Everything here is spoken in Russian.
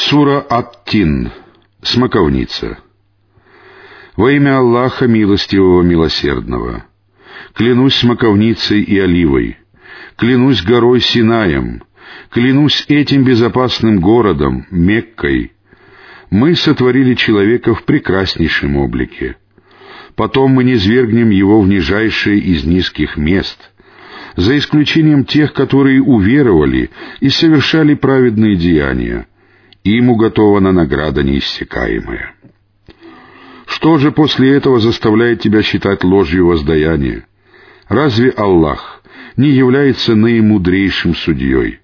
Сура Ат-Тин. Смоковница. Во имя Аллаха Милостивого Милосердного. Клянусь смоковницей и оливой, клянусь горой Синаем, клянусь этим безопасным городом, Меккой. Мы сотворили человека в прекраснейшем облике. Потом мы низвергнем его в нижайшее из низких мест, за исключением тех, которые уверовали и совершали праведные деяния. Им уготована награда неиссякаемая. Что же после этого заставляет тебя считать ложью воздаяние? Разве Аллах не является наимудрейшим судьей?